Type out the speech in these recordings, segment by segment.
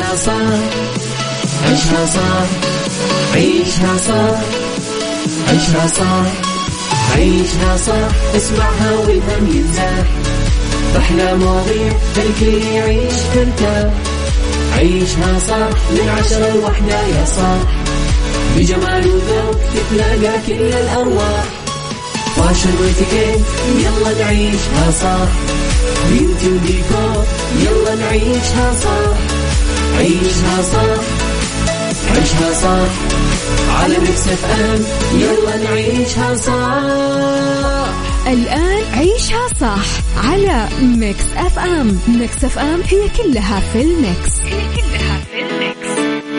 عيشها صح، عيشها صح، عيشها صح، عيشها صح، عيشها صح، اسمعها والهم ينزاح، أحلى مواضيع الكل يعيش ترتاح، عيشها صح من 10 ل1 يا صاح، بجمال وذوق تتلاقى كل الأرواح، فاشل واتيكيت يلا نعيشها صح، بيوتي وديكور يلا نعيشها صح، عيشها صح، عيشها صح، على ميكس اف ام يلا نعيشها صح. الآن عيشها صح على ميكس اف ام. ميكس اف ام هي كلها في الميكس، هي كلها في الميكس.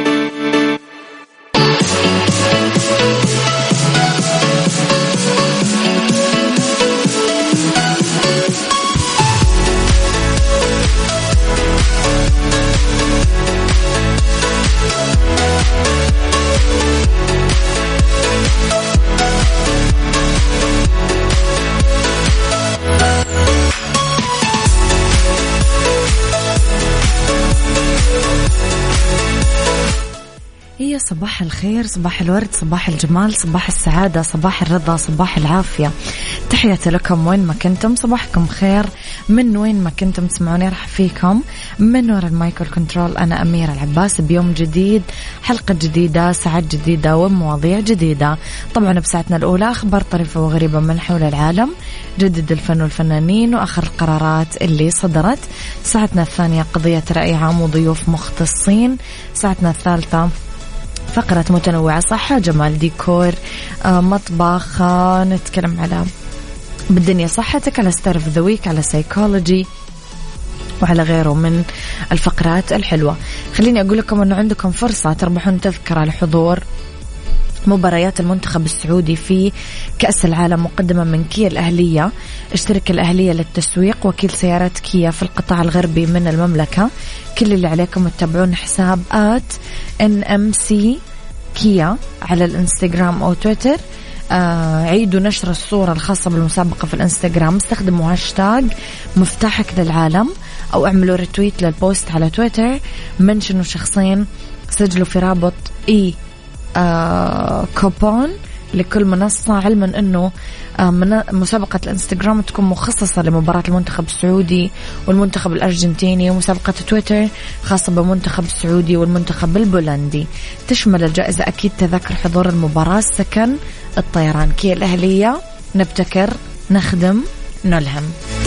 صباح الخير، صباح الورد، صباح الجمال، صباح السعادة، صباح الرضا، صباح العافية. تحياتي لكم وين ما كنتم، صباحكم خير من وين ما كنتم تسمعوني. راح فيكم من وراء المايكل كنترول أنا أميرة العباس بيوم جديد، حلقة جديدة، ساعات جديدة ومواضيع جديدة. طبعا بساعتنا الأولى أخبار طريفة وغريبة من حول العالم، جدد الفن والفنانين وآخر القرارات اللي صدرت. ساعتنا الثانية قضية رأي عام وضيوف مختصين. ساعتنا الثالثة فقرة متنوعة، صحة، جمال، ديكور، مطبخ، نتكلم على بالدنيا صحتك، على ستار اوف ذا ويك، على سايكولوجي وعلى غيره من الفقرات الحلوة. خليني أقول لكم أنه عندكم فرصة تربحون تذكرة لحضور مباريات المنتخب السعودي في كأس العالم مقدمة من كيا الأهلية. اشترك الأهلية للتسويق، وكيل سيارات كيا في القطاع الغربي من المملكة. كل اللي عليكم تتابعون حساب @NMC كيا على الانستغرام أو تويتر. عيدوا نشر الصورة الخاصة بالمسابقة في الانستغرام، استخدموا هاشتاج مفتاحك للعالم، أو اعملوا ريتويت للبوست على تويتر، منشنوا شخصين، سجلوا في رابط كوبون لكل منصة، علما أنه مسابقة الانستغرام تكون مخصصة لمباراة المنتخب السعودي والمنتخب الأرجنتيني، ومسابقة تويتر خاصة بالمنتخب السعودي والمنتخب البولندي. تشمل الجائزة أكيد تذاكر حضور المباراة، سكن، الطيران. كيا الأهلية، نبتكر، نخدم، نلهم.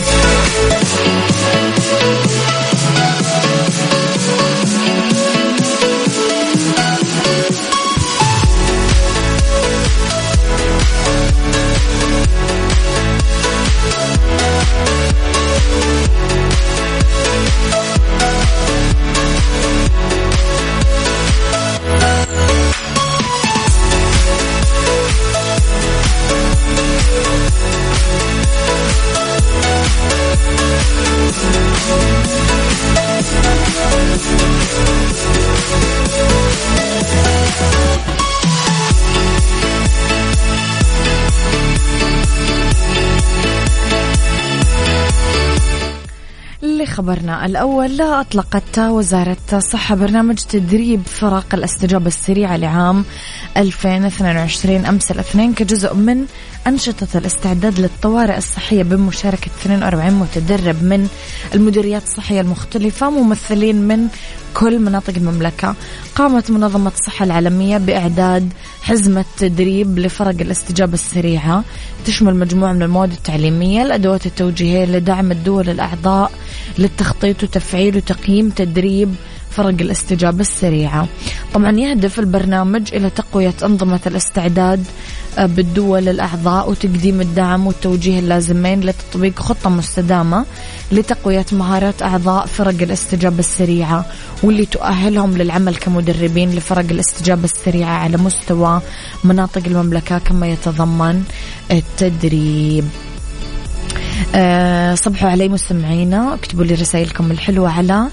خبرنا الأول، أطلقت وزارة الصحة برنامج تدريب فرق الاستجابة السريعة لعام 2022 أمس الاثنين كجزء من أنشطة الاستعداد للطوارئ الصحية بمشاركة 42 متدرب من المديريات الصحية المختلفة، ممثلين من كل مناطق المملكة. قامت منظمة الصحة العالمية بإعداد حزمة تدريب لفرق الاستجابة السريعة، تشمل مجموعة من المواد التعليمية، الأدوات التوجيهية لدعم الدول الأعضاء للتخطيط وتفعيل وتقييم تدريب فرق الاستجابة السريعة. طبعا يهدف البرنامج إلى تقوية أنظمة الاستعداد بالدول الأعضاء وتقديم الدعم والتوجيه اللازمين لتطبيق خطة مستدامة لتقوية مهارات أعضاء فرق الاستجابة السريعة، واللي تؤهلهم للعمل كمدربين لفرق الاستجابة السريعة على مستوى مناطق المملكة، كما يتضمن التدريب. صبحوا علي مستمعينا، اكتبوا لي رسائلكم الحلوة على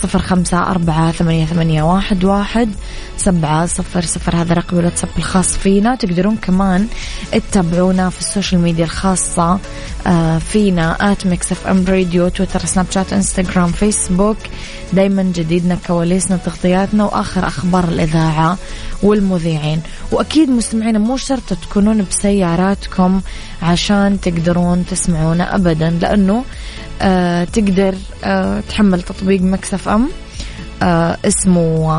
0548811700. هذا رقم الواتساب الخاص فينا. تقدرون كمان تتابعونا في السوشيال ميديا الخاصة فينا @mixfmradio، تويتر، سناب شات، انستغرام، فيسبوك. دايما جديدنا، كواليسنا، تغطياتنا، وآخر أخبار الإذاعة والمذيعين. وأكيد مستمعينا مو شرط تكونون بسياراتكم عشان تقدرون تسمعونا أبدا، لأنه تقدر تحمل تطبيق ميكس اف ام اسمه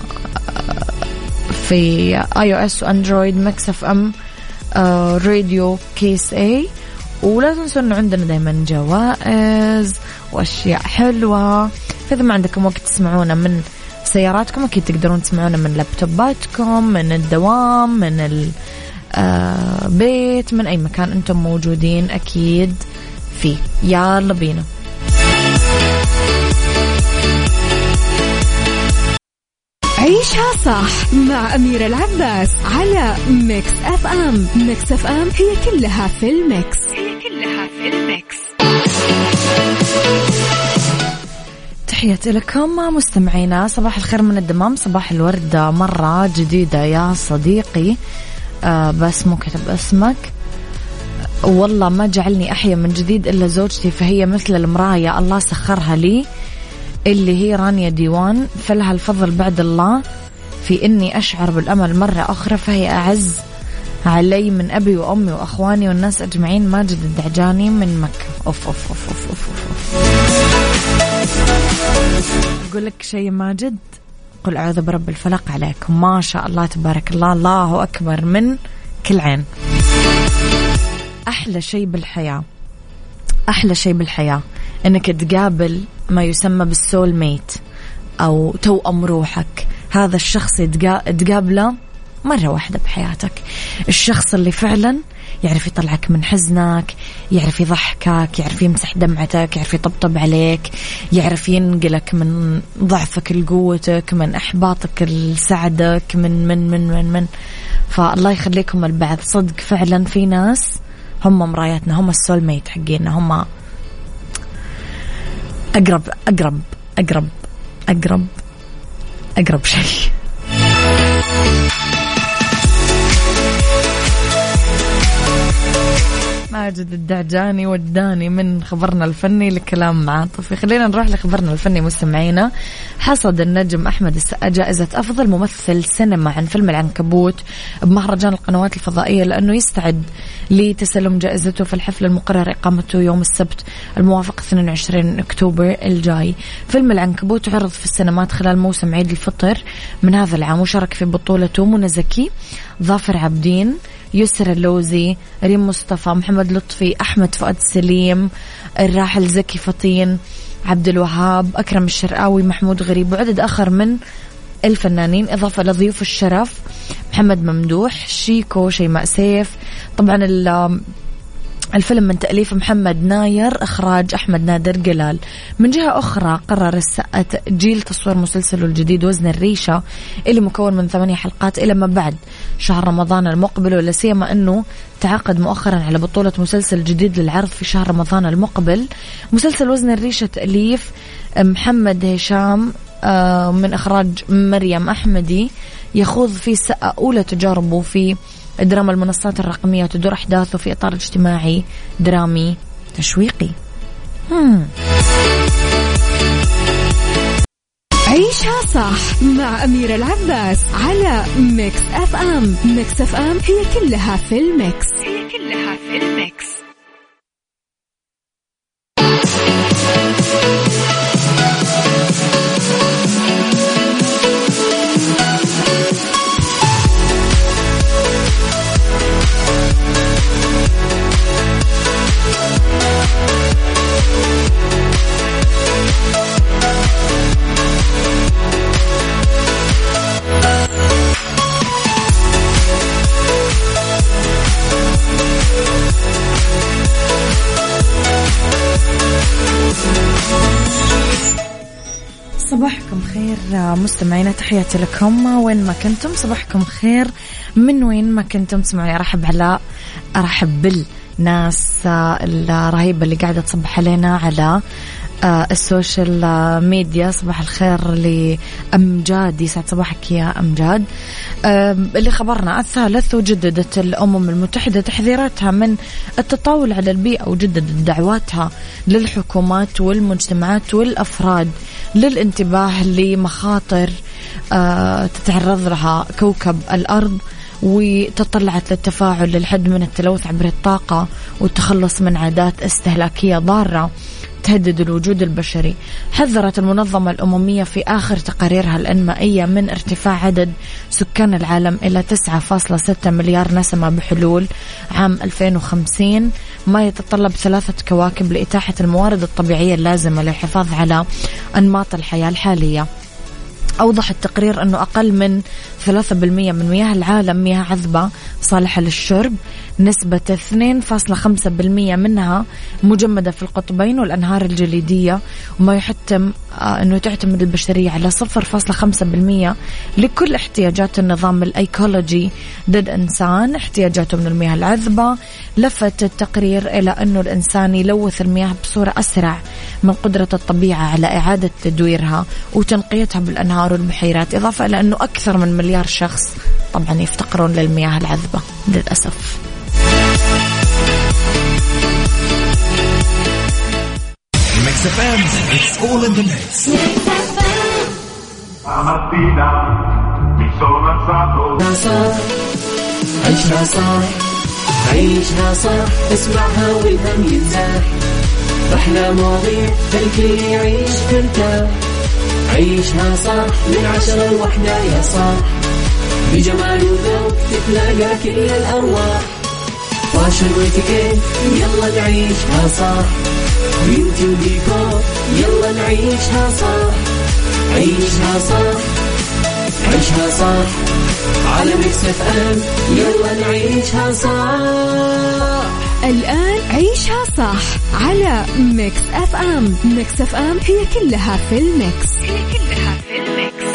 في iOS وأندرويد ميكس اف ام راديو كيس اي. ولا تنسوا أنه عندنا دايما جوائز وأشياء حلوة، فإذا ما عندكم وقت تسمعونا من سياراتكم أكيد تقدرون تسمعونا من لابتوباتكم، من الدوام، من البيت، من أي مكان أنتم موجودين أكيد فيه. يلا بينا. عيشها صح مع أميرة العباس على ميكس اف ام. ميكس اف ام هي كلها في الميكس. تحياتي لكم مستمعينا، صباح الخير من الدمام، صباح الورد مرة جديدة يا صديقي. بس مو كتب اسمك. والله ما جعلني أحيا من جديد إلا زوجتي، فهي مثل المراية الله سخرها لي، اللي هي رانيا ديوان، فلها الفضل بعد الله في إني أشعر بالأمل مرة أخرى، فهي أعز علي من أبي وأمي وأخواني والناس أجمعين. ماجد الدعجاني من مكة. أوف أوف أوف أوف أوف أوف. أقول لك شيء ماجد، قل أعوذ برب الفلق عليكم، ما شاء الله تبارك الله، الله أكبر من كل عين. أحلى شيء بالحياة، أحلى شيء بالحياة إنك تقابل ما يسمى بالسول ميت أو توأم روحك. هذا الشخص تقابله مرة واحدة بحياتك، الشخص اللي فعلا يعرف يطلعك من حزنك، يعرف يضحكك، يعرف يمسح دمعتك، يعرف يطبطب عليك، يعرف ينقلك من ضعفك لقوتك، من إحباطك لسعدك، من فالله يخليكم البعض. صدق فعلا في ناس هم مراياتنا، هم السول ميت حقينا، هم أقرب أقرب أقرب أقرب أقرب شيء. ماجد الدعجاني وداني من خبرنا الفني لكلام عاطفي. خلينا نروح لخبرنا الفني مستمعينا. حصد النجم أحمد السقا جائزة أفضل ممثل سينما عن فيلم العنكبوت بمهرجان القنوات الفضائية، لأنه يستعد لتسلم جائزته في الحفل المقرر إقامته يوم السبت الموافق 22 أكتوبر الجاي. فيلم العنكبوت عرض في السينمات خلال موسم عيد الفطر من هذا العام، وشارك في بطولته منى زكي، ظافر عابدين، يسرى اللوزي، ريم مصطفى، محمد لطفي، أحمد فؤاد سليم، الراحل زكي فطين، عبد الوهاب، أكرم الشرقاوي، محمود غريب، وعدد آخر من الفنانين، إضافة لضيوف الشرف محمد ممدوح، شيكو، شيماء سيف. طبعا الفيلم من تأليف محمد ناير، إخراج أحمد نادر جلال. من جهة أخرى قرر السقا تأجيل تصوير مسلسله الجديد وزن الريشة، اللي مكون من 8 حلقات، إلى ما بعد شهر رمضان المقبل، ولا سيما أنه تعاقد مؤخرا على بطولة مسلسل جديد للعرض في شهر رمضان المقبل. مسلسل وزن الريشة تأليف محمد هشام من إخراج مريم أحمدي، يخوض فيه السقا أولى تجاربه في دراما المنصات الرقمية، تدور أحداثه في إطار اجتماعي درامي تشويقي. عيشها صح مع أميرة العباس على ميكس اف ام. ميكس اف ام هي كلها في الميكس. صباحكم خير مستمعينا، تحياتي لكم وين ما كنتم. صباحكم خير من وين ما كنتم تسمعوني. أرحب بال ناس الرهيبة اللي قاعدة تصبح علينا على السوشيال ميديا. صباح الخير لأمجاد، يسعد صباحك يا أمجاد. اللي خبرنا الثالث، وجددت الأمم المتحدة تحذيراتها من التطاول على البيئة، وجددت دعواتها للحكومات والمجتمعات والأفراد للانتباه لمخاطر تتعرض لها كوكب الأرض، وتطلعت للتفاعل للحد من التلوث عبر الطاقة والتخلص من عادات استهلاكية ضارة تهدد الوجود البشري. حذرت المنظمة الأممية في آخر تقاريرها الإنمائية من ارتفاع عدد سكان العالم إلى 9.6 مليار نسمة بحلول عام 2050، ما يتطلب 3 كواكب لإتاحة الموارد الطبيعية اللازمة للحفاظ على أنماط الحياة الحالية. أوضح التقرير أنه أقل من 3% من مياه العالم مياه عذبة صالحة للشرب، نسبة 2.5% منها مجمدة في القطبين والأنهار الجليدية، وما يحتم أنه تعتمد البشرية على 0.5% لكل احتياجات النظام الأيكولوجي ضد إنسان احتياجاته من المياه العذبة. لفت التقرير إلى أنه الإنسان يلوث المياه بصورة أسرع من قدرة الطبيعة على إعادة تدويرها وتنقيتها بالأنهار والبحيرات، إضافة إلى أنه أكثر من مليار شخص طبعا يفتقرون للمياه العذبة للأسف. عيشها صح عيشها صح اسمعها والهم ينزاح، أحلى مواضيع الكل يعيش ترتاح. عيشها صح من 10 ل1 يا صاح، بجمال وذوق تتلاقى كل الأرواح. فاشل واتيكيت يلا نعيشها صح، بيوتي وديكور يلا نعيشها صح. عيشها صح عيشها صح على ميكس اف ام يلا نعيشها صح. الآن عيشها صح على ميكس اف ام. ميكس اف ام هي كلها في الميكس، هي كلها في الميكس.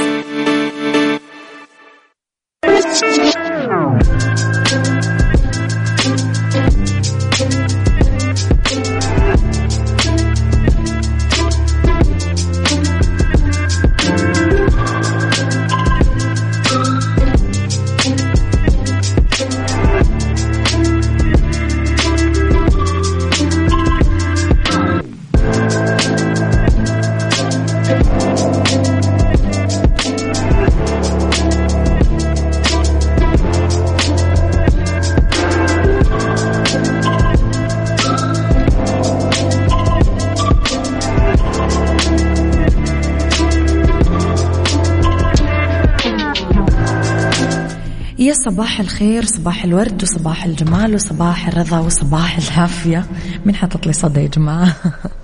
يا صباح الخير، صباح الورد وصباح الجمال وصباح الرضا وصباح العافية. مين حاطط لي صدى يا جماعة؟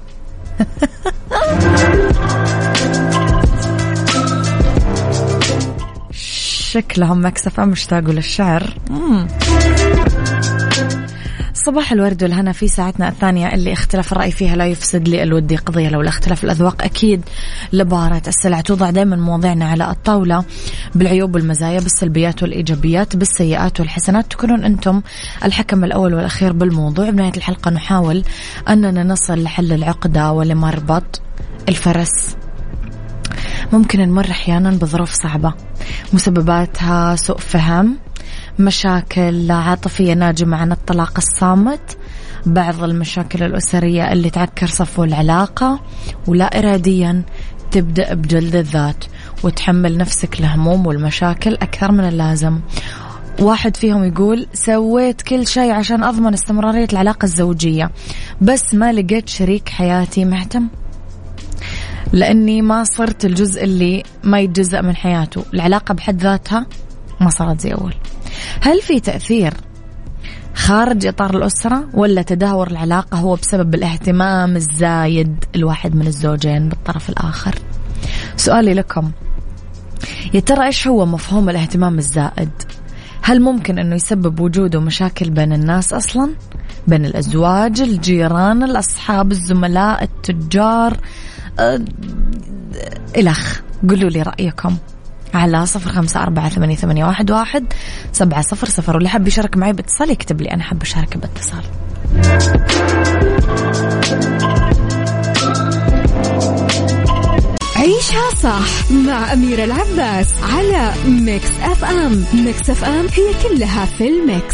شكلهم مكسفة مشتاقوا للشعر. صباح الورد والهنا في ساعتنا الثانية اللي اختلاف الرأي فيها لا يفسد لي الودي قضية، لولا اختلاف الأذواق أكيد لبارة السلع. توضع دائما مواضيعنا على الطاولة بالعيوب والمزايا، بالسلبيات والإيجابيات، بالسيئات والحسنات، تكونون أنتم الحكم الأول والأخير بالموضوع. بنهاية الحلقة نحاول أننا نصل لحل العقدة ولمربط الفرس. ممكن نمر أحيانا بظروف صعبة مسبباتها سوء فهم، مشاكل عاطفية ناجمة عن الطلاق الصامت، بعض المشاكل الأسرية اللي تعكر صفو العلاقة، ولا إراديا تبدأ بجلد الذات وتحمل نفسك الهموم والمشاكل أكثر من اللازم. واحد فيهم يقول سويت كل شيء عشان أضمن استمرارية العلاقة الزوجية، بس ما لقيت شريك حياتي مهتم لأني ما صرت الجزء اللي ما يتجزأ من حياته. العلاقة بحد ذاتها ما صارت زي أول. هل في تأثير خارج إطار الأسرة، ولا تدهور العلاقة هو بسبب الاهتمام الزايد الواحد من الزوجين بالطرف الآخر؟ سؤالي لكم، يا ترى إيش هو مفهوم الاهتمام الزائد؟ هل ممكن أنه يسبب وجوده مشاكل بين الناس أصلا، بين الأزواج، الجيران، الأصحاب، الزملاء، التجار، إلخ؟ قولوا لي رأيكم على 0548811700. واللي حب يشارك معي باتصال يكتب لي أنا حب أشارك باتصال. عيشها صح مع أميرة العباس على ميكس أف أم. ميكس أف أم هي كلها في الميكس.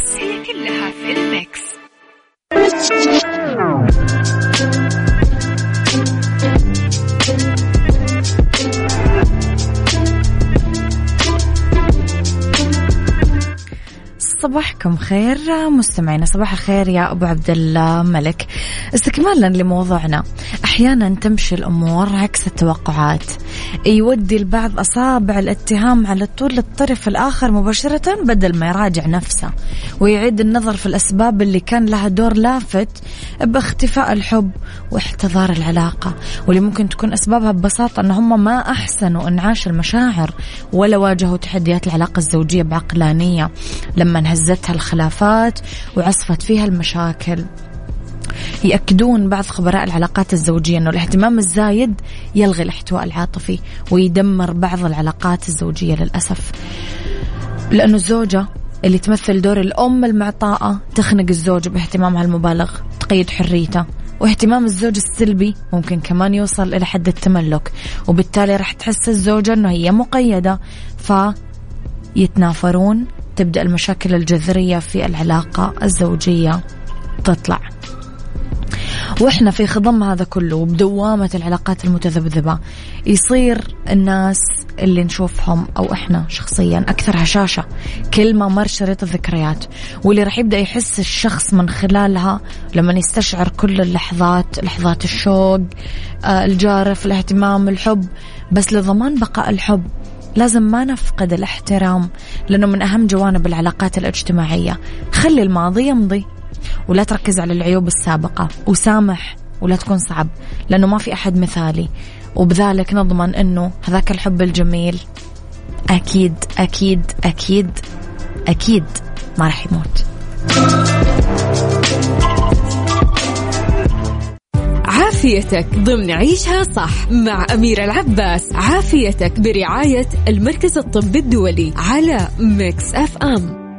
صباحكم خير مستمعينا، صباح الخير يا أبو عبد الملك. استكمالا لموضوعنا، أحيانا تمشي الأمور عكس التوقعات، يودي البعض أصابع الاتهام على طول الطرف الآخر مباشرة بدل ما يراجع نفسه ويعيد النظر في الأسباب اللي كان لها دور لافت باختفاء الحب واحتضار العلاقة، واللي ممكن تكون أسبابها ببساطة أن هم ما أحسنوا إنعاش المشاعر ولا واجهوا تحديات العلاقة الزوجية بعقلانية لما انهزتها الخلافات وعصفت فيها المشاكل. يأكدون بعض خبراء العلاقات الزوجية أنه الاهتمام الزايد يلغي الاحتواء العاطفي ويدمر بعض العلاقات الزوجية للأسف، لأنه الزوجة اللي تمثل دور الأم المعطاءة تخنق الزوج باهتمامها المبالغ، تقيد حريته، واهتمام الزوج السلبي ممكن كمان يوصل إلى حد التملك، وبالتالي راح تحس الزوجة أنه هي مقيدة فيتنافرون، تبدأ المشاكل الجذرية في العلاقة الزوجية تطلع. وإحنا في خضم هذا كله وبدوامة العلاقات المتذبذبة يصير الناس اللي نشوفهم أو إحنا شخصيا أكثر هشاشة، كل ما مر شريط الذكريات، واللي رح يبدأ يحس الشخص من خلالها لما يستشعر كل اللحظات، لحظات الشوق، الجارف، الاهتمام، الحب. بس لضمان بقاء الحب لازم ما نفقد الاحترام، لأنه من أهم جوانب العلاقات الاجتماعية. خلي الماضي يمضي ولا تركز على العيوب السابقة، وسامح ولا تكون صعب، لأنه ما في أحد مثالي، وبذلك نضمن أنه هذاك الحب الجميل أكيد أكيد أكيد أكيد ما رح يموت. عافيتك ضمن عيشها صح مع أميرة العباس. عافيتك برعاية المركز الطبي الدولي على ميكس أف أم.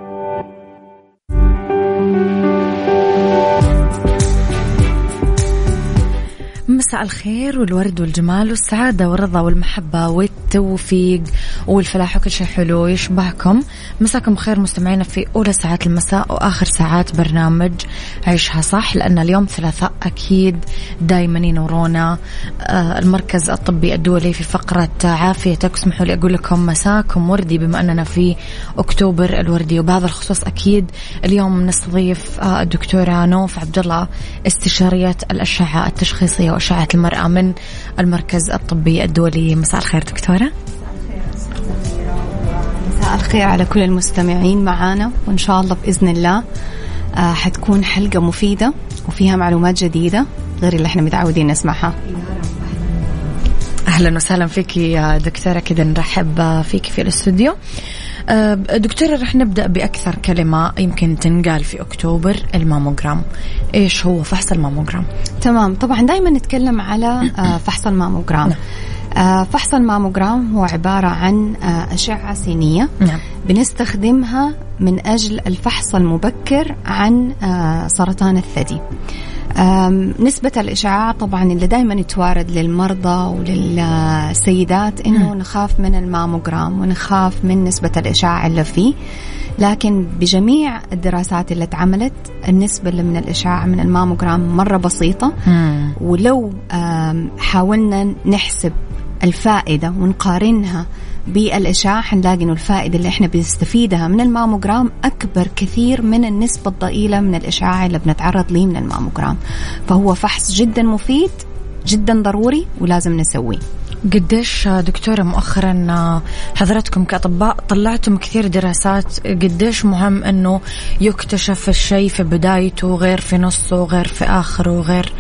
مساء الخير والورد والجمال والسعادة والرضا والمحبة والتوفيق والفلاح وكل شيء حلو يشبهكم. مساكم خير مستمعينا في أولى ساعات المساء وآخر ساعات برنامج عيشها صح، لأن اليوم ثلاثاء أكيد دايما ينورونا المركز الطبي الدولي في فقرة عافيتك. اسمحوا لي أقول لكم مساكم وردي بما أننا في أكتوبر الوردي، وبهذا الخصوص أكيد اليوم نستضيف الدكتورة نوف عبد الله، استشارية الأشعة التشخيصية وأشعة المرأة من المركز الطبي الدولي. مساء الخير دكتورة. مساء الخير على كل المستمعين معانا، وإن شاء الله بإذن الله حتكون حلقة مفيدة وفيها معلومات جديدة غير اللي احنا متعودين نسمعها. أهلا وسهلا فيك يا دكتورة، كده نرحب فيك في الاستوديو. دكتورة رح نبدأ بأكثر كلمة يمكن تنقال في أكتوبر، الماموغرام. إيش هو فحص الماموغرام؟ تمام، طبعا دايما نتكلم على فحص الماموغرام. فحص الماموغرام هو عبارة عن أشعة سينية بنستخدمها من أجل الفحص المبكر عن سرطان الثدي. نسبة الإشعاع طبعا اللي دايما يتوارد للمرضى وللسيدات إنه نخاف من الماموغرام ونخاف من نسبة الإشعاع اللي فيه، لكن بجميع الدراسات اللي اتعملت النسبة اللي من الإشعاع من الماموغرام مرة بسيطة. ولو حاولنا نحسب الفائدة ونقارنها بالإشعاع حنلاقي إنه الفائدة اللي إحنا بنستفيدها من الماموغرام أكبر كثير من النسبة الضئيلة من الإشعاع اللي بنتعرض ليه من الماموغرام. فهو فحص جدا مفيد، جدا ضروري، ولازم نسويه. قديش دكتورة مؤخرا حضراتكم كأطباء طلعتم كثير دراسات، قديش مهم أنه يكتشف الشيء في بدايته غير في نصه غير في آخره غير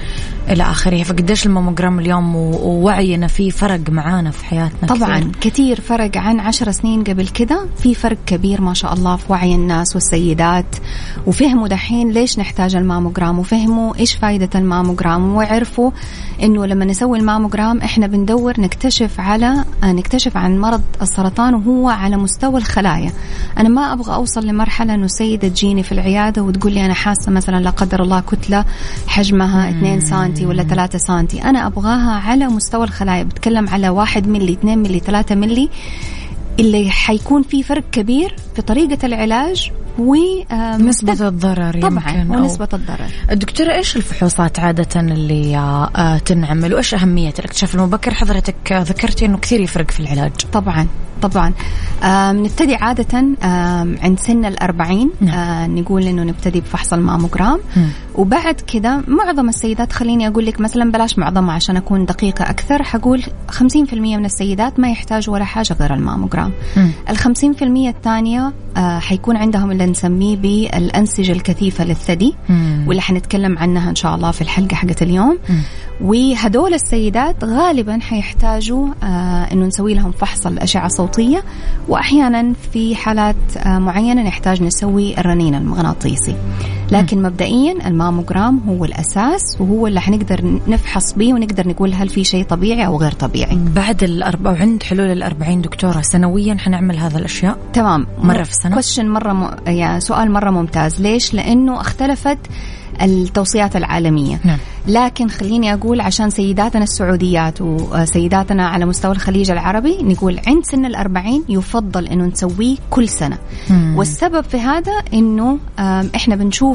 إلى آخره. فقديش الماموجرام اليوم ووعينا فيه فرق معانا في حياتنا؟ طبعا كتير فرق عن 10 سنين قبل كده، في فرق كبير ما شاء الله في وعي الناس والسيدات، وفهموا دحين ليش نحتاج الماموجرام، وفهموا إيش فايدة الماموجرام، وعرفوا إنه لما نسوي الماموجرام إحنا بندور نكتشف عن مرض السرطان وهو على مستوى الخلايا. أنا ما أبغى أوصل لمرحلة إنه سيدة تجيني في العيادة وتقول لي أنا حاسة مثلا لا قدر الله كتلة حجمها 2 سنتي ولا 3 سنتي، أنا أبغاها على مستوى الخلايا، بتكلم على 1 ملي 2 ملي 3 ملي، اللي حيكون في فرق كبير في طريقة العلاج ونسبة الضرر. طبعا ونسبة الضرر. الدكتورة إيش الفحوصات عادة اللي تنعمل وإيش أهمية الاكتشاف المبكر؟ حضرتك ذكرتي إنه كثير يفرق في العلاج. طبعا نبتدي عادة عند سن 40 نقول إنه نبتدي بفحص الماموجرام، وبعد كده معظم السيدات، خليني أقول لك مثلا بلاش معظمها عشان أكون دقيقة أكثر، حقول 50% من السيدات ما يحتاج ولا حاجة غير الماموجرام. 50% الثانية حيكون عندهم اللي نسميه بالأنسجة الكثيفة للثدي، واللي حنتكلم عنها إن شاء الله في الحلقة حقت اليوم. وهدول السيدات غالبا حيحتاجوا إنه نسوي لهم فحص الأشعة الصوتية، وأحيانا في حالات معينة نحتاج نسوي الرنين المغناطيسي، لكن مبدئيا الماموجرام هو الأساس، وهو اللي حنقدر نفحص به ونقدر نقول هل في شيء طبيعي أو غير طبيعي. بعد وعند حلول 40 دكتورة سنويا حنعمل هذا الأشياء؟ تمام، مرة في السنة. يعني سؤال مرة ممتاز. ليش؟ لأنه اختلفت التوصيات العالمية. نعم. لكن خليني أقول عشان سيداتنا السعوديات وسيداتنا على مستوى الخليج العربي، نقول عند سن 40 يفضل إنه نسويه كل سنة. والسبب في هذا إنه إحنا بنشوف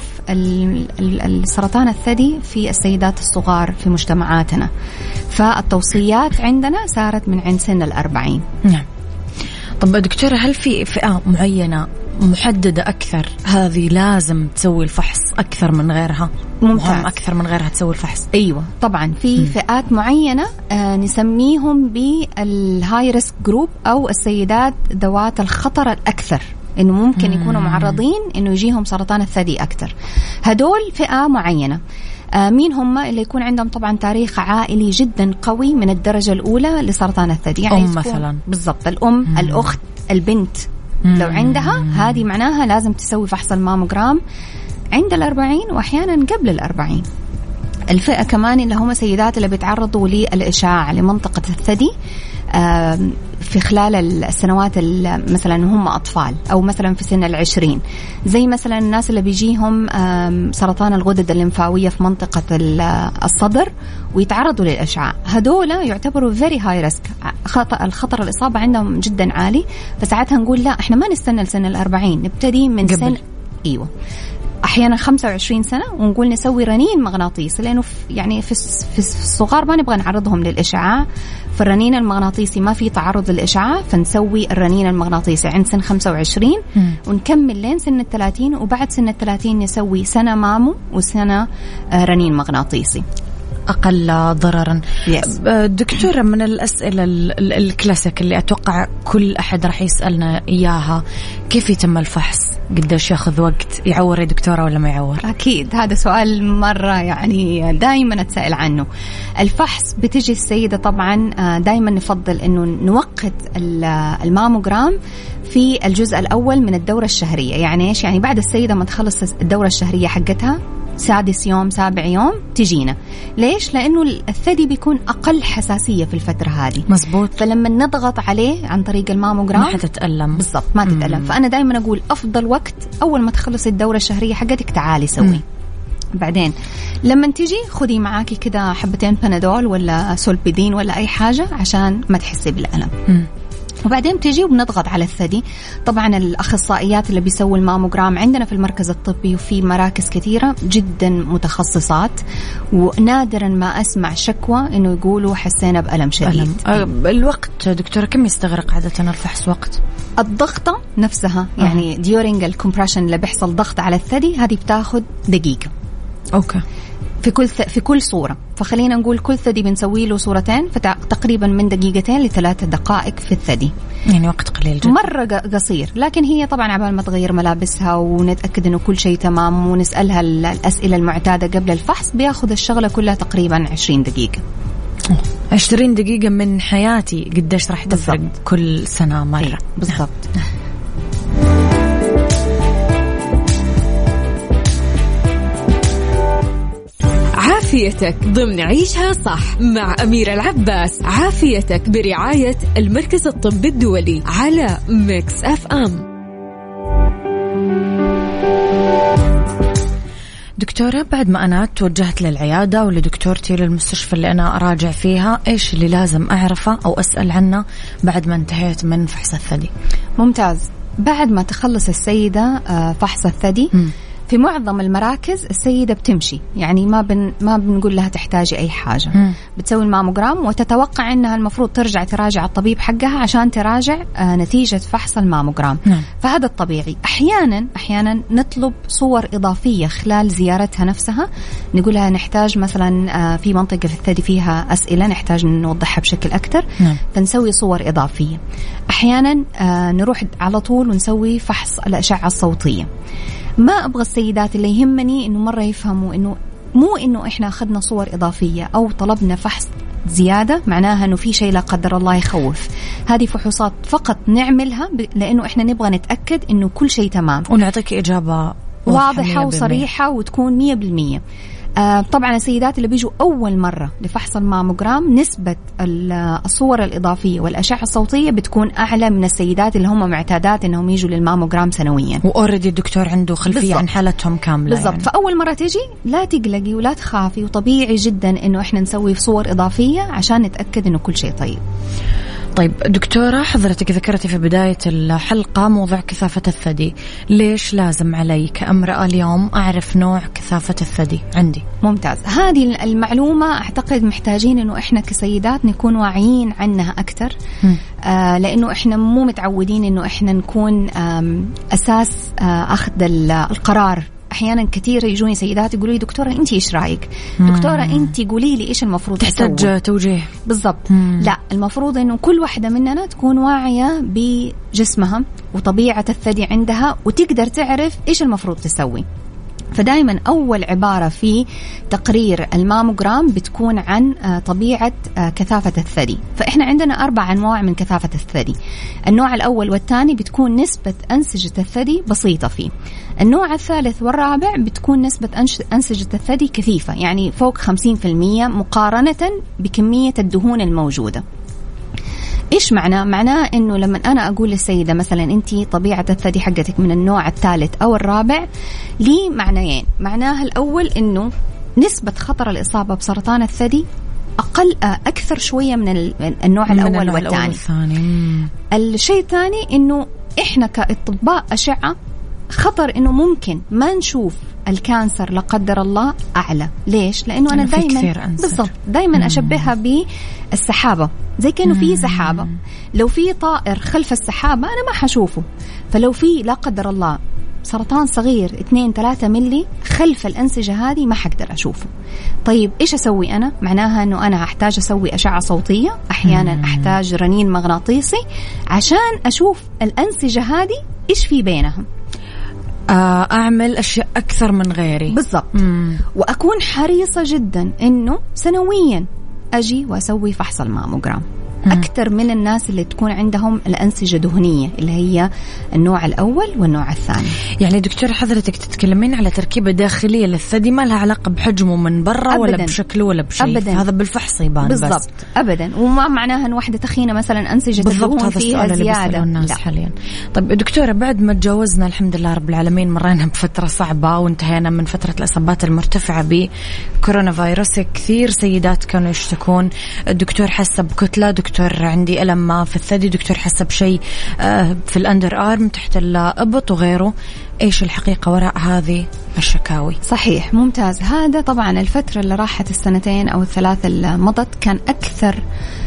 السرطان الثدي في السيدات الصغار في مجتمعاتنا، فالتوصيات عندنا صارت من عند سن 40. نعم. طب دكتورة، هل في فئة معينة محددة أكثر هذه لازم تسوي الفحص أكثر من غيرها؟ ممتاز. أكثر من غيرها تسوي الفحص؟ أيوة طبعا في فئات معينة نسميهم بالهاي ريسك جروب، أو السيدات ذوات الخطر الأكثر إنه ممكن يكونوا معرضين إنه يجيهم سرطان الثدي أكثر. هدول فئة معينة. مين هم؟ اللي يكون عندهم طبعا تاريخ عائلي جدا قوي من الدرجة الأولى لسرطان الثدي، يعني مثلا بالضبط الأم، الأخت، البنت، لو عندها هذه معناها لازم تسوي فحص الماموجرام عند 40 وأحيانا قبل 40. الفئة كمان اللي هم سيدات اللي بيتعرضوا للإشعاع لمنطقة الثدي في خلال السنوات مثلا هم أطفال، أو مثلا في سن 20، زي مثلا الناس اللي بيجيهم سرطان الغدد الليمفاوية في منطقة الصدر ويتعرضوا للإشعاع، هدول يعتبروا very high risk، الخطر الإصابة عندهم جدا عالي. فساعتها نقول لا، إحنا ما نستنى لسن 40، نبتدي من سن أيوة أحيانا 25 سنة، ونقول نسوي رنين مغناطيسي، لأنه يعني في الصغار ما نبغى نعرضهم للإشعاع، فالرنين المغناطيسي ما في تعرض للإشعاع، فنسوي الرنين المغناطيسي عند سن 25 ونكمل لين سن 30، وبعد سن 30 نسوي سنة مامو وسنة رنين مغناطيسي أقل ضررا. yes. دكتورة، من الأسئلة الكلاسيك اللي أتوقع كل أحد راح يسألنا إياها، كيف يتم الفحص؟ قديش ياخذ وقت؟ يعور يا دكتورة ولا ما يعور؟ أكيد هذا سؤال مرة يعني دائما أتسأل عنه. الفحص بتجي السيدة طبعا دائما نفضل إنه نوقت الماموجرام في الجزء الأول من الدورة الشهرية. يعني إيش؟ يعني بعد السيدة ما تخلص الدورة الشهرية حقتها 6 يوم 7 يوم تجينا. ليش؟ لأنه الثدي بيكون أقل حساسية في الفترة هذه. مزبوط. فلما نضغط عليه عن طريق الماموجرام ما حتتألم. بالضبط، ما تتألم. فأنا دائما أقول أفضل وقت أول ما تخلص الدورة الشهرية حقتك تعالي سوي. بعدين لما تيجي خدي معاكي كده حبتين بنادول ولا سولبيدين ولا أي حاجة عشان ما تحسي بالألم. وبعدين تيجي وبنضغط على الثدي. طبعا الأخصائيات اللي بيسووا الماموجرام عندنا في المركز الطبي وفي مراكز كثيرة جدا متخصصات، ونادرا ما أسمع شكوى إنه يقولوا حسينا بألم شديد. الوقت دكتورة كم يستغرق عادة الفحص وقت؟ الضغطة نفسها يعني during الكمبريشن اللي بيحصل ضغط على الثدي هذه بتاخد دقيقة. أوكي. في كل صورة. فخلينا نقول كل ثدي بنسوي له صورتين، فتقريبا من 2 ل3 دقائق في الثدي، يعني وقت قليل جدا، مرة قصير. لكن هي طبعا عبال ما تغير ملابسها ونتأكد إنه كل شيء تمام ونسألها الأسئلة المعتادة قبل الفحص، بياخذ الشغلة كلها تقريبا 20 دقيقة. 20 دقيقة من حياتي قديش راح تفرق كل سنة مرة. بالضبط. عافيتك ضمن عيشها صح مع أميرة العباس. عافيتك برعاية المركز الطبي الدولي على ميكس اف ام. دكتورة، بعد ما أنا توجهت للعيادة ولدكتورتي للمستشفى اللي أنا أراجع فيها، إيش اللي لازم أعرفه أو أسأل عنه بعد ما انتهيت من فحص الثدي؟ ممتاز. بعد ما تخلص السيدة فحص الثدي، في معظم المراكز السيدة بتمشي، يعني ما بنقول لها تحتاجي أي حاجة. بتسوي الماموجرام وتتوقع أنها المفروض ترجع تراجع الطبيب حقها عشان تراجع نتيجة فحص الماموجرام. فهذا الطبيعي. أحيانا نطلب صور إضافية خلال زيارتها نفسها، نقولها نحتاج مثلا في منطقة في الثدي فيها أسئلة نحتاج نوضحها بشكل أكتر، فنسوي صور إضافية. أحيانا نروح على طول ونسوي فحص الأشعة الصوتية. ما أبغى السيدات، اللي يهمني إنه مرة يفهموا إنه مو إنه إحنا أخذنا صور إضافية أو طلبنا فحص زيادة معناها إنه في شيء لا قدر الله يخوف. هذه فحوصات فقط نعملها لأنه إحنا نبغى نتأكد إنه كل شيء تمام، ونعطيك إجابة واضحة وصريحة وتكون 100%. طبعا السيدات اللي بيجوا أول مرة لفحص الماموجرام نسبة الصور الإضافية والأشعة الصوتية بتكون أعلى من السيدات اللي هم معتادات إنهم يجوا للماموجرام سنويا، وأوريدي الدكتور عنده خلفية عن حالتهم كاملة. بالضبط. يعني فأول مرة تيجي لا تقلقي ولا تخافي، وطبيعي جدا إنه إحنا نسوي صور إضافية عشان نتأكد إنه كل شيء طيب. طيب دكتورة، حضرتك ذكرتي في بداية الحلقة موضوع كثافة الثدي. ليش لازم علي كامرأة اليوم أعرف نوع كثافة الثدي عندي؟ ممتاز. هذه المعلومة أعتقد محتاجين إنه إحنا كسيدات نكون واعيين عنها أكتر، لأنه إحنا مو متعودين إنه إحنا نكون أساس أخذ القرار. أحيانا كثير يجوني سيدات يقولوا لي دكتورة أنت إيش رأيك؟ دكتورة أنت قولي لي إيش المفروض أسوي. تحتاج توجيه. بالضبط. لا، المفروض إنه كل واحدة مننا تكون واعية بجسمها وطبيعة الثدي عندها وتقدر تعرف إيش المفروض تسوي. فدائما أول عبارة في تقرير الماموجرام بتكون عن طبيعة كثافة الثدي. فإحنا عندنا 4 أنواع من كثافة الثدي. النوع الأول والثاني بتكون نسبة أنسجة الثدي بسيطة فيه. النوع الثالث والرابع بتكون نسبة أنسجة الثدي كثيفة، يعني فوق 50% مقارنة بكمية الدهون الموجودة. إيش معناه إنه لما أنا أقول للسيدة مثلا أنتي طبيعة الثدي حقتك من النوع الثالث أو الرابع، لي معنيين. معناها الأول إنه نسبة خطر الإصابة بسرطان الثدي أكثر شوية من النوع الأول والثاني. الشيء الثاني إنه إحنا كأطباء أشعة خطر إنه ممكن ما نشوف الكانسر لا قدر الله أعلى. ليش؟ لأنه أنا دايما أشبهها بالسحابة، زي كأنه في سحابة، لو في طائر خلف السحابة أنا ما حشوفه. فلو في لا قدر الله سرطان صغير 2-3 ملي خلف الأنسجة هذه ما حقدر أشوفه. طيب إيش أسوي أنا؟ معناها أنه أنا أحتاج أسوي أشعة صوتية، أحيانا أحتاج رنين مغناطيسي عشان أشوف الأنسجة هذه إيش في بينهم. أعمل أشياء أكثر من غيري. بالضبط. وأكون حريصة جدا إنه سنويا أجي وأسوي فحص الماموجرام أكثر من الناس اللي تكون عندهم الأنسجة دهنية اللي هي النوع الأول والنوع الثاني. يعني دكتور حضرتك تتكلمين على تركيبة داخلية للثدي ما لها علاقة بحجمه من برا ولا بشكله ولا بشيء. هذا بالفحص يبان. بالضبط. أبدا. وما معناها أن واحدة تخينة مثلا أنسجة الدهون فيها زيادة. الناس حاليا. طيب دكتورة، بعد ما تجاوزنا الحمد لله رب العالمين، مرينا بفترة صعبة وانتهينا من فترة الإصابات المرتفعة بكورونا فيروس، كثير سيدات كانوا يشتكون الدكتور حس بكتلة، دكتور عندي ألم في الثدي، دكتور حس بشيء في الأندر آرم تحت الإبط وغيره. إيش الحقيقة وراء هذه الشكاوي. صحيح، ممتاز. هذا طبعا الفترة اللي راحت السنتين أو الثلاث اللي مضت كان أكثر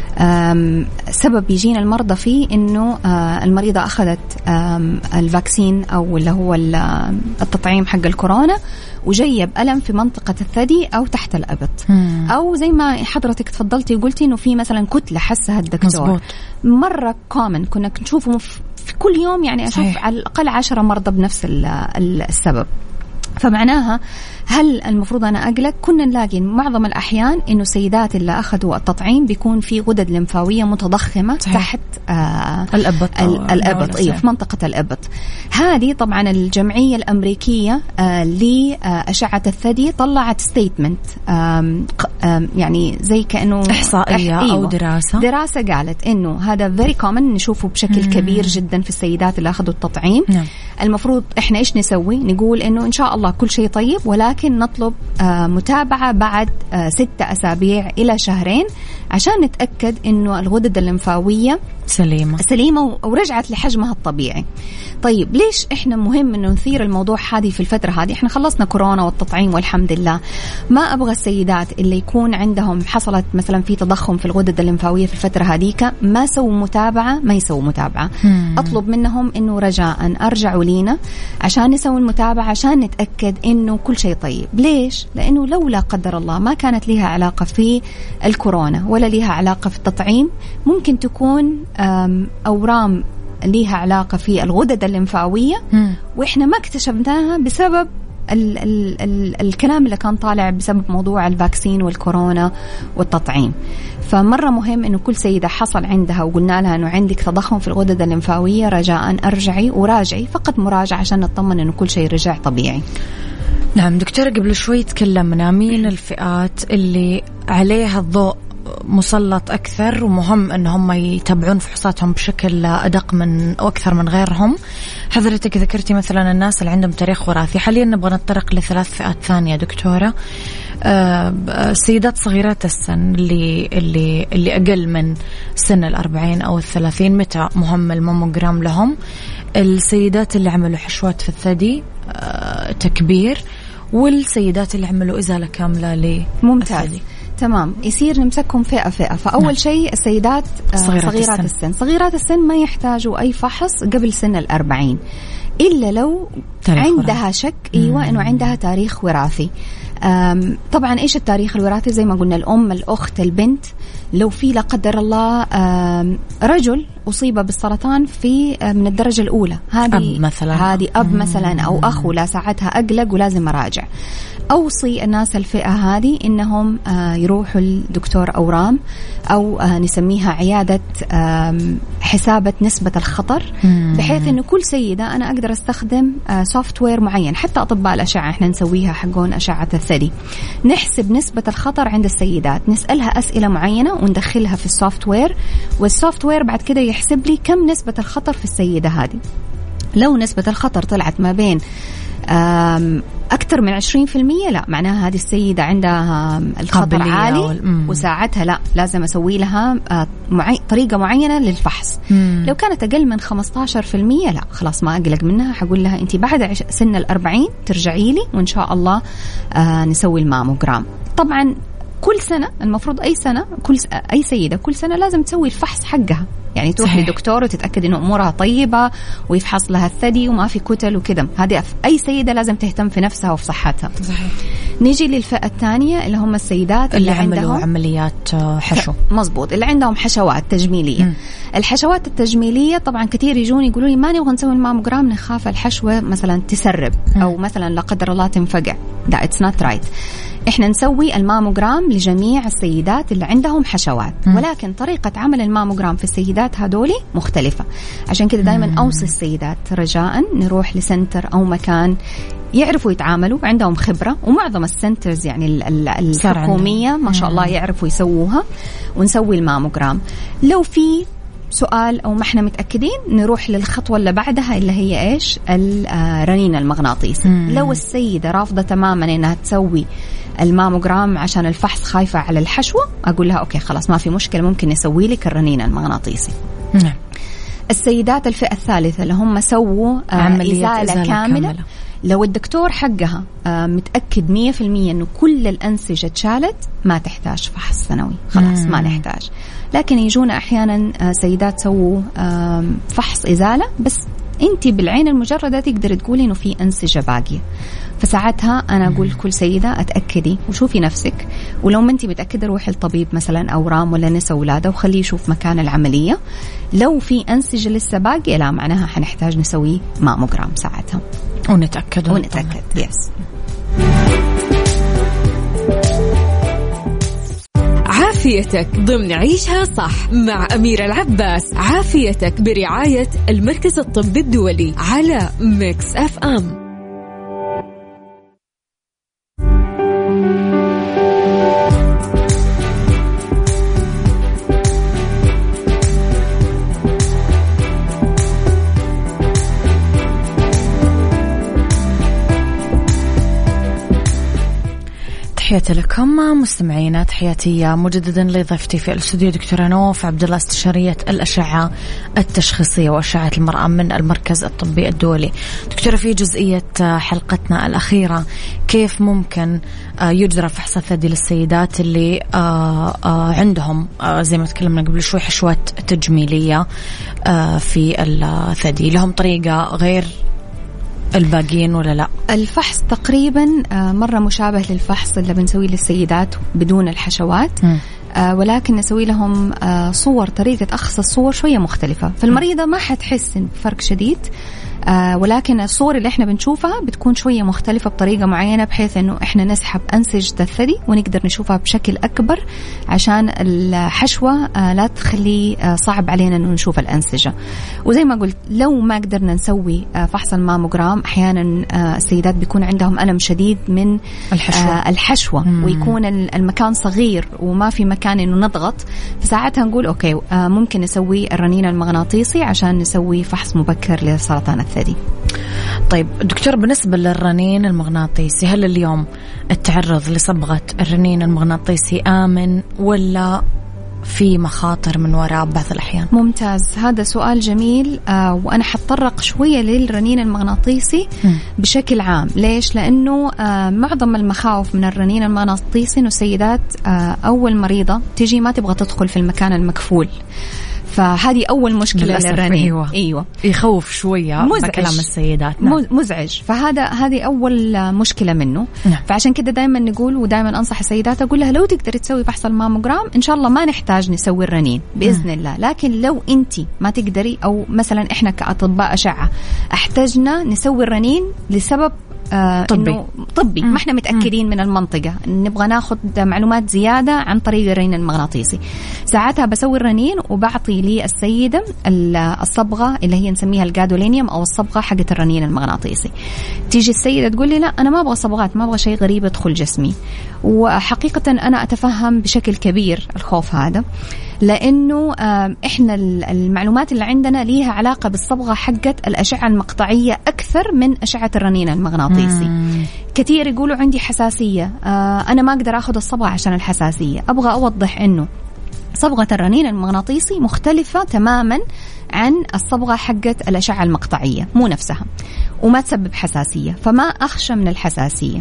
سبب يجينا المرضى فيه إنه المريضة أخذت الفاكسين أو اللي هو التطعيم حق الكورونا وجيب ألم في منطقة الثدي أو تحت الأبط، أو زي ما حضرتك تفضلتي وقلتي إنه في مثلا كتلة حسها الدكتور. مزبوط. مرة كومن كنا نشوفه في كل يوم، يعني أشوف صحيح. على الأقل 10 مرضى بنفس السبب. فمعناها هل المفروض أنا أقلق؟ كنا نلاقي معظم الأحيان إنه السيدات اللي أخذوا التطعيم بيكون في غدد لمفاوية متضخمة صحيح. تحت الأبط في منطقة الأبط. هذه طبعا الجمعية الأمريكية لأشعة الثدي طلعت ستيتمنت، يعني زي كأنه إحصائية أو دراسة قالت إنه هذا very common، نشوفه بشكل كبير جدا في السيدات اللي أخذوا التطعيم. المفروض إحنا إيش نسوي؟ نقول إنه إن شاء الله كل شيء طيب، ولكن نطلب متابعة بعد 6 أسابيع إلى شهرين عشان نتأكد إنه الغدد الليمفاوية سليمة ورجعت لحجمها الطبيعي. طيب ليش إحنا مهم إنه نثير الموضوع هذه في الفترة هذه؟ إحنا خلصنا كورونا والتطعيم والحمد لله. ما أبغى السيدات اللي يكون عندهم حصلت مثلا في تضخم في الغدد الليمفاوية في الفترة هذيك ما يسووا متابعة. أطلب منهم إنه رجاء أرجعوا لينا عشان نسوي المتابعة، عشان نتأكد إنه كل شيء طيب. ليش؟ لأنه لو لا قدر الله ما كانت لها علاقة في الكورونا ولا لها علاقة في التطعيم، ممكن تكون أورام ليها علاقة في الغدد الليمفاوية وإحنا ما اكتشفناها بسبب الكلام اللي كان طالع بسبب موضوع الفاكسين والكورونا والتطعيم. فمرة مهم إنه كل سيدة حصل عندها وقلنا لها إنه عندك تضخم في الغدد الليمفاوية رجاء أرجعي وراجعي، فقط مراجعة عشان نطمن إنه كل شيء رجع طبيعي. نعم دكتورة، قبل شوي تكلمنا مين الفئات اللي عليها الضوء مسلط أكثر ومهم أنهم يتابعون فحوصاتهم بشكل أدق من أكثر من غيرهم. حضرتك ذكرتي مثلا الناس اللي عندهم تاريخ وراثي. حاليا نبغى نتطرق لثلاث فئات ثانية دكتورة. السيدات صغيرات السن اللي أقل من سن 40 أو 30، متى مهم الماموجرام لهم؟ السيدات اللي عملوا حشوات في الثدي تكبير، والسيدات اللي عملوا إزالة كاملة للثدي. ممتاز، تمام. يصير نمسكهم فئة. فأول شيء السيدات صغيرات السن ما يحتاجوا أي فحص قبل سن 40 إلا لو عندها شك إنه عندها تاريخ وراثي. طبعا إيش التاريخ الوراثي؟ زي ما قلنا الأم، الأخت، البنت. لو في لا قدر الله رجل أصيب بالسرطان في من الدرجة الأولى، هذه أب مثلا أو أخ، ولا ساعتها أقلق ولازم أراجع. أوصي الناس الفئة هذه إنهم يروحوا لدكتور أورام أو نسميها عيادة حسابة نسبة الخطر، بحيث إنه كل سيدة أنا أقدر أستخدم سوفت وير معين. حتى أطباء الأشعة إحنا نسويها حقون أشعة الثدي، نحسب نسبة الخطر عند السيدات، نسألها أسئلة معينة وندخلها في السوفت وير، والسوفت وير بعد كده يحسب لي كم نسبة الخطر في السيدة هذه. لو نسبة الخطر طلعت ما بين أكثر من 20%، لا معناها هذه السيدة عندها الخطر عالي، وساعتها لا لازم أسوي لها طريقة معينة للفحص. لو كانت أقل من 15% لا خلاص ما أقلق منها، حقول لها أنت بعد سن 40 ترجعي لي وإن شاء الله نسوي الماموجرام. طبعا كل سنة المفروض أي سيدة كل سنة لازم تسوي الفحص حقها، يعني تروح لدكتور وتتأكد إنه أمورها طيبة ويفحص لها الثدي وما في كتل وكذا. هذه أي سيدة لازم تهتم في نفسها وفي صحتها. صحيح. نيجي للفئة الثانية اللي هم السيدات اللي عندهم عمليات حشو. مظبوط، اللي عندهم حشوات تجميلية. الحشوات التجميلية طبعا كثير يجون يقولوا لي ما نبغى نسوي الماموجرام، نخاف الحشوة مثلا تسرب أو مثلا لا قدر الله تنفقع. لا it's not right. إحنا نسوي الماموجرام لجميع السيدات اللي عندهم حشوات، ولكن طريقة عمل الماموجرام في السيدات هذولي مختلفة. عشان كده دايما أوصي السيدات رجاء نروح لسنتر أو مكان يعرفوا يتعاملوا، عندهم خبرة، ومعظم السنترز يعني الحكومية ما شاء الله يعرفوا يسووها، ونسوي الماموجرام. لو في سؤال أو ما احنا متأكدين نروح للخطوة اللي بعدها اللي هي إيش؟ الرنين المغناطيسي. لو السيدة رافضة تماما إنها تسوي الماموجرام عشان الفحص، خايفة على الحشوة، أقول لها أوكي خلاص ما في مشكلة، ممكن نسوي لك الرنين المغناطيسي. السيدات الفئة الثالثة اللي هم سووا إزالة كاملة، لو الدكتور حقها متأكد 100% أنه كل الأنسجة اتشالت ما تحتاج فحص سنوي، خلاص ما نحتاج. لكن يجونا أحيانا سيدات سووا فحص إزالة بس أنت بالعين المجردة تقدر تقولي أنه في أنسجة باقية، فساعتها أنا أقول كل سيدة أتأكدي وشوفي نفسك، ولو ما أنت متأكدة روحي الطبيب مثلا أورام ولا نساء ولادة وخليه يشوف مكان العملية. لو في أنسجة لسه باقية لا معناها حنحتاج نسوي ماموجرام ساعتها ونتأكد يس. عافيتك ضمن عيشها صح مع أميرة العباس. عافيتك برعاية المركز الطبي الدولي على ميكس اف ام. تحياتي لكم مستمعينا، تحياتي مجددا لضيفتي في الاستوديو دكتورة نوف عبد الله، استشارية الأشعة التشخيصية وأشعة المرأة من المركز الطبي الدولي. دكتورة، في جزئية حلقتنا الأخيرة كيف ممكن يجرى فحص الثدي للسيدات اللي عندهم زي ما تكلمنا قبل شوي حشوات تجميلية في الثدي، لهم طريقة غير الباقيين ولا لا؟ الفحص تقريبا مرة مشابه للفحص اللي بنسويه للسيدات بدون الحشوات، ولكن نسوي لهم صور، طريقة أخذ الصور شوية مختلفة، فالمريضة ما حتحس بفرق شديد، ولكن الصور اللي احنا بنشوفها بتكون شوية مختلفة بطريقة معينة بحيث انه احنا نسحب أنسجة الثدي ونقدر نشوفها بشكل أكبر عشان الحشوة لا تخلي صعب علينا انه نشوف الأنسجة. وزي ما قلت لو ما قدرنا نسوي فحص الماموجرام أحيانا السيدات بيكون عندهم ألم شديد من الحشوة ويكون المكان صغير وما في مكان انه نضغط، فساعتها نقول اوكي ممكن نسوي الرنين المغناطيسي عشان نسوي فحص مبكر لسرطان الثدي. طيب دكتور، بالنسبة للرنين المغناطيسي هل اليوم التعرض لصبغة الرنين المغناطيسي آمن ولا في مخاطر من وراء بعض الأحيان؟ ممتاز، هذا سؤال جميل. وأنا حتطرق شوية للرنين المغناطيسي بشكل عام. ليش؟ لأنه معظم المخاوف من الرنين المغناطيسي إنه السيدات أول مريضة تيجي ما تبغى تدخل في المكان المكفول، فهذه أول مشكلة للرنين. أيوة يخوف شوية بكلام السيدات. مزعج، هذه أول مشكلة منه. فعشان كده دائما نقول ودائما أنصح السيدات أقول لها لو تقدري تسوي فحص الماموجرام إن شاء الله ما نحتاج نسوي الرنين بإذن الله، لكن لو أنت ما تقدري أو مثلا إحنا كأطباء أشعة احتاجنا نسوي الرنين لسبب طبي ما احنا متأكدين من المنطقة، نبغى ناخد معلومات زيادة عن طريق الرنين المغناطيسي، ساعتها بسوي الرنين وبعطي للسيدة الصبغة اللي هي نسميها الجادولينيوم أو الصبغة حقة الرنين المغناطيسي. تيجي السيدة تقول لي لا أنا ما أبغى صبغات، ما أبغى شيء غريب يدخل جسمي، وحقيقة أنا أتفهم بشكل كبير الخوف هذا، لأنه إحنا المعلومات اللي عندنا ليها علاقة بالصبغة حقة الأشعة المقطعية أكثر من أشعة الرنين المغناطيسي. كثير يقولوا عندي حساسية، أنا ما أقدر أخذ الصبغة عشان الحساسية. أبغى أوضح إنه صبغة الرنين المغناطيسي مختلفة تماما عن الصبغة حقة الأشعة المقطعية، مو نفسها وما تسبب حساسية، فما أخشى من الحساسية.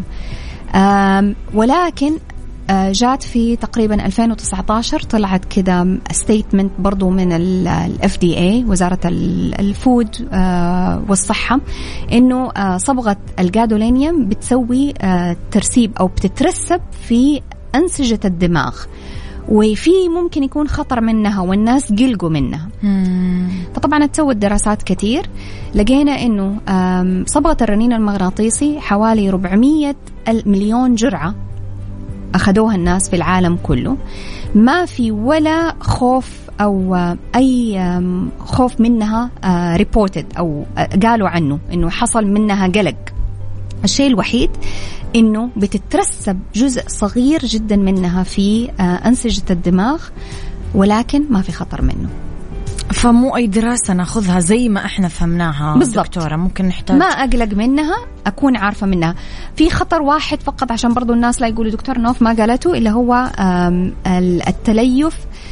ولكن جات في تقريبا 2019 طلعت كده ستيتمنت برضو من ال FDA وزارة الفود والصحة إنه صبغة الجادولينيوم بتسوي ترسيب أو بتترسب في أنسجة الدماغ، وفي ممكن يكون خطر منها والناس قلقوا منها. فطبعا تسوت دراسات كتير، لقينا إنه صبغة الرنين المغناطيسي حوالي 400 مليون جرعة أخذوها الناس في العالم كله، ما في ولا خوف أو أي خوف منها ريبورتد أو قالوا عنه إنه حصل منها قلق. الشيء الوحيد إنه بتترسب جزء صغير جدا منها في أنسجة الدماغ، ولكن ما في خطر منه. فمو أي دراسة ناخذها زي ما إحنا فهمناها بالضبط. دكتورة، ممكن نحتاج ما أقلق منها، أكون عارفة منها. في خطر واحد فقط عشان برضو الناس لا يقولوا دكتور نوف ما قالته، اللي هو التليف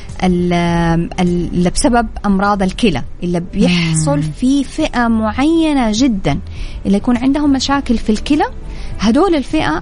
اللي بسبب أمراض الكلى اللي بيحصل في فئة معينة جدا اللي يكون عندهم مشاكل في الكلى. هدول الفئة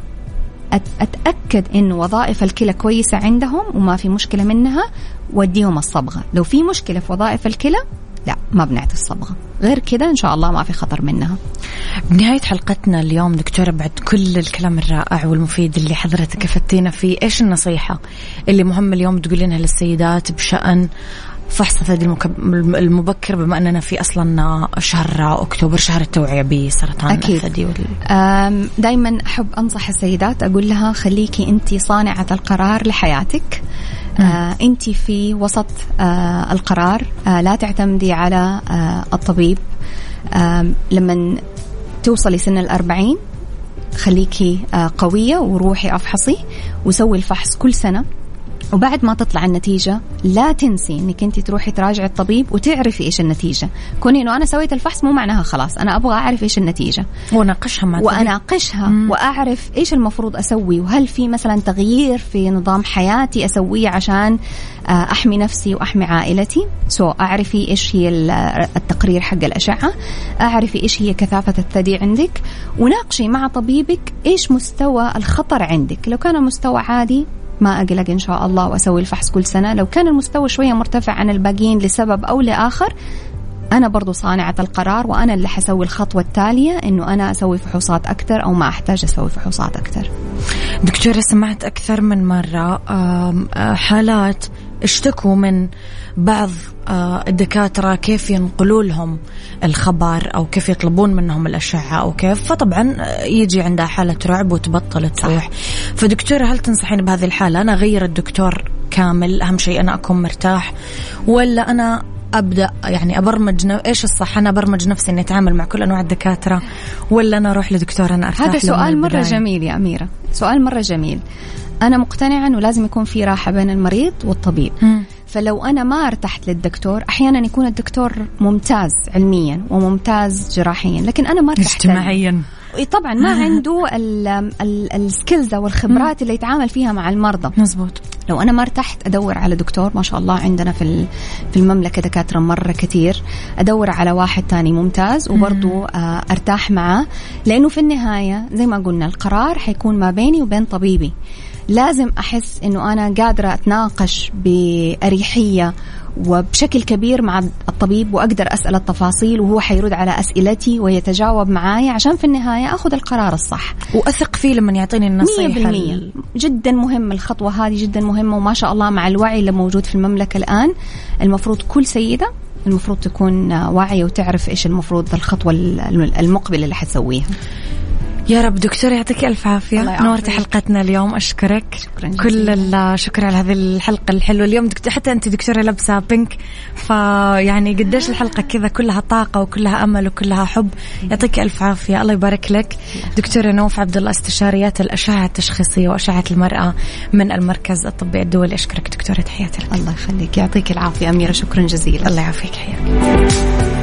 أتأكد إنه وظائف الكلى كويسة عندهم وما في مشكلة منها، وديهم الصبغة. لو في مشكلة في وظائف الكلى لا ما بنعطي الصبغة، غير كده إن شاء الله ما في خطر منها. بنهاية حلقتنا اليوم دكتورة، بعد كل الكلام الرائع والمفيد اللي حضرتك فتينا فيه، إيش النصيحة اللي مهم اليوم تقولينها للسيدات بشأن فحص الثدي المبكر، بما أننا في أصلا شهر أكتوبر شهر التوعية بسرطان الثدي؟ دايما أحب أنصح السيدات أقول لها خليكي أنتي صانعة القرار لحياتك. أنتي في وسط القرار، لا تعتمدي على الطبيب. لما توصلي سن 40 خليكي قوية وروحي أفحصي وسوي الفحص كل سنة، وبعد ما تطلع النتيجة لا تنسي انك انت تروحي تراجعي الطبيب وتعرفي ايش النتيجة. كوني انه انا سويت الفحص مو معناها خلاص، انا ابغى اعرف ايش النتيجة وناقشها مع الطبيب، واناقشها واعرف ايش المفروض اسوي، وهل في مثلا تغيير في نظام حياتي اسويه عشان احمي نفسي واحمي عائلتي. اعرفي ايش هي التقرير حق الاشعة، اعرفي ايش هي كثافة الثدي عندك، وناقشي مع طبيبك ايش مستوى الخطر عندك. لو كان المستوى عادي ما أقلق إن شاء الله وأسوي الفحص كل سنة. لو كان المستوى شوية مرتفع عن الباقيين لسبب أو لآخر، أنا برضو صانعة القرار، وأنا اللي حسوي الخطوة التالية إنه أنا أسوي فحوصات أكتر أو ما أحتاج أسوي فحوصات أكتر. دكتورة، سمعت أكثر من مرة حالات اشتكوا من بعض الدكاترة كيف ينقلوا لهم الخبر أو كيف يطلبون منهم الأشعة أو كيف، فطبعا يجي عندها حالة رعب وتبطل تروح. فدكتورة، هل تنصحين بهذه الحالة أنا أغير الدكتور كامل، أهم شيء أنا أكون مرتاح، ولا أنا أبدأ يعني أبرمج إيش الصح، أنا أبرمج نفسي إني أتعامل مع كل أنواع الدكاترة، ولا أنا أروح لدكتور أنا أرتاح له؟ هذا سؤال مرة جميل يا أميرة، سؤال مرة جميل. أنا مقتنعة أنه لازم يكون في راحة بين المريض والطبيب. فلو أنا ما ارتحت للدكتور، أحيانا يكون الدكتور ممتاز علميا وممتاز جراحيا، لكن أنا ما ارتحت اجتماعيا طبعا ما عنده السكيلز أو الخبرات اللي يتعامل فيها مع المرضى. مزبوط. لو أنا ما ارتحت أدور على دكتور، ما شاء الله عندنا في المملكة دكاترة مرة كتير، أدور على واحد تاني ممتاز وبرضو أرتاح معه، لأنه في النهاية زي ما قلنا القرار حيكون ما بيني وبين طبيبي. لازم أحس إنه أنا قادرة أتناقش بأريحية وبشكل كبير مع الطبيب، وأقدر أسأل التفاصيل وهو حيرد على أسئلتي ويتجاوب معايا، عشان في النهاية أخذ القرار الصح وأثق فيه لما يعطيني النصيحة. 100% جدا مهم، الخطوة هذه جدا مهمة، وما شاء الله مع الوعي اللي موجود في المملكة الآن المفروض كل سيدة المفروض تكون واعية وتعرف إيش المفروض الخطوة المقبلة اللي حتسويها. يا رب. دكتور يعطيك ألف عافية، نورتي حلقتنا اليوم، أشكرك كل الشكر على هذه الحلقة الحلوة اليوم. حتى أنت دكتورة لابسة بينك، فيعني قديش الحلقة كذا كلها طاقة وكلها أمل وكلها حب. يعطيك ألف عافية، الله يبارك لك. دكتورة نوف عبد الله، استشاريات الأشعة التشخيصية وأشعة المرأة من المركز الطبي الدولي. أشكرك دكتورة، تحياتي لك. الله يخليك، يعطيك العافية أميرة، شكرا جزيلا. الله يعافيك، حياك.